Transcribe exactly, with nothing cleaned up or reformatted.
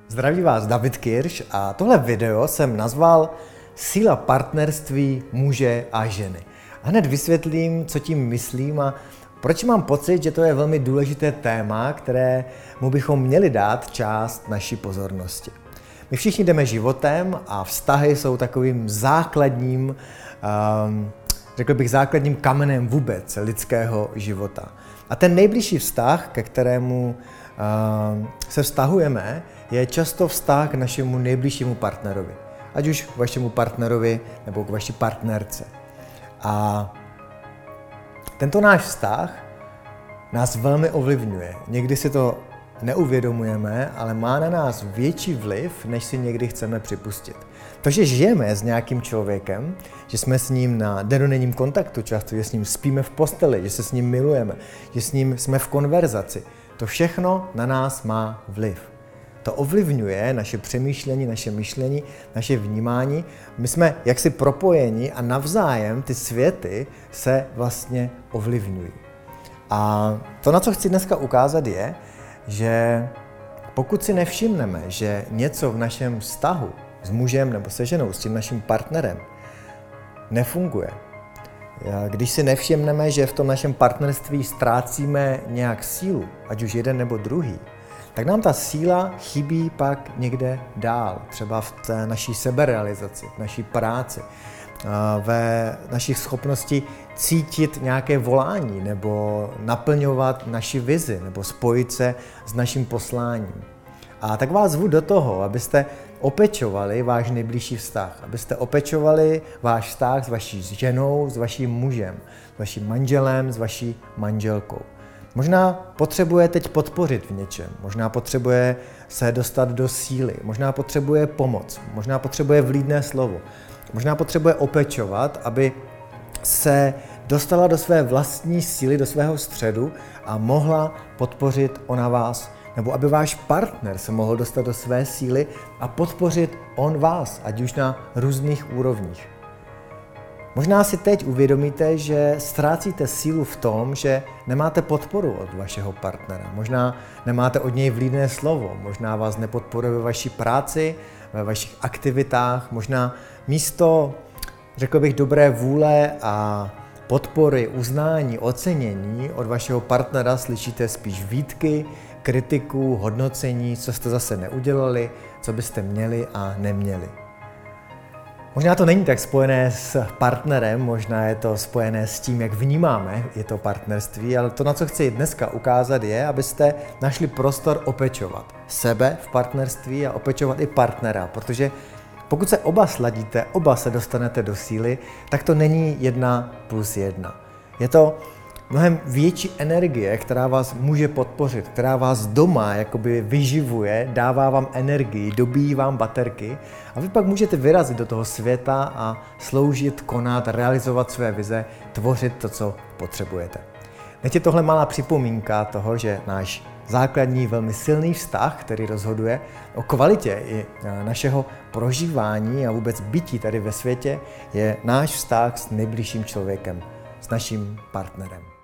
Zdraví vás David Kirš a tohle video jsem nazval Síla partnerství muže a ženy. A hned vysvětlím, co tím myslím a proč mám pocit, že to je velmi důležité téma, kterému bychom měli dát část naší pozornosti. My všichni jdeme životem a vztahy jsou takovým základním, um, řekl bych základním kamenem vůbec lidského života. A ten nejbližší vztah, ke kterému uh, se vztahujeme, je často vztah k našemu nejbližšímu partnerovi. Ať už k vašemu partnerovi nebo k vaší partnerce. A tento náš vztah nás velmi ovlivňuje. Někdy si to neuvědomujeme, ale má na nás větší vliv, než si někdy chceme připustit. To, že žijeme s nějakým člověkem, že jsme s ním na dennodenním kontaktu často, že s ním spíme v posteli, že se s ním milujeme, že s ním jsme v konverzaci, to všechno na nás má vliv. To ovlivňuje naše přemýšlení, naše myšlení, naše vnímání. My jsme jaksi propojeni a navzájem ty světy se vlastně ovlivňují. A to, na co chci dneska ukázat, je, že pokud si nevšimneme, že něco v našem vztahu s mužem nebo se ženou, s tím naším partnerem nefunguje, když si nevšimneme, že v tom našem partnerství ztrácíme nějak sílu, ať už jeden nebo druhý, tak nám ta síla chybí pak někde dál, třeba v té naší seberealizaci, v naší práci, ve našich schopnosti cítit nějaké volání nebo naplňovat naši vizi nebo spojit se s naším posláním. A tak vás zvu do toho, abyste opečovali váš nejbližší vztah, abyste opečovali váš vztah s vaší ženou, s vaším mužem, s vaším manželem, s vaší manželkou. Možná potřebuje teď podpořit v něčem, možná potřebuje se dostat do síly, možná potřebuje pomoc, možná potřebuje vlídné slovo, možná potřebuje opečovat, aby se dostala do své vlastní síly, do svého středu a mohla podpořit ona vás, nebo aby váš partner se mohl dostat do své síly a podpořit on vás, ať už na různých úrovních. Možná si teď uvědomíte, že ztrácíte sílu v tom, že nemáte podporu od vašeho partnera. Možná nemáte od něj vlídné slovo, možná vás nepodporuje ve vaší práci, ve vašich aktivitách, možná místo, řekl bych, dobré vůle a podpory, uznání, ocenění od vašeho partnera slyšíte spíš výtky, kritiku, hodnocení, co jste zase neudělali, co byste měli a neměli. Možná to není tak spojené s partnerem, možná je to spojené s tím, jak vnímáme je to partnerství, ale to, na co chci dneska ukázat, je, abyste našli prostor opečovat sebe v partnerství a opečovat i partnera, protože pokud se oba sladíte, oba se dostanete do síly, tak to není jedna plus jedna. Je to mnohem větší energie, která vás může podpořit, která vás doma jakoby vyživuje, dává vám energii, dobíjí vám baterky a vy pak můžete vyrazit do toho světa a sloužit, konat, realizovat své vize, tvořit to, co potřebujete. Teď je tohle malá připomínka toho, že náš základní, velmi silný vztah, který rozhoduje o kvalitě i našeho prožívání a vůbec bytí tady ve světě, je náš vztah s nejbližším člověkem, s naším partnerem.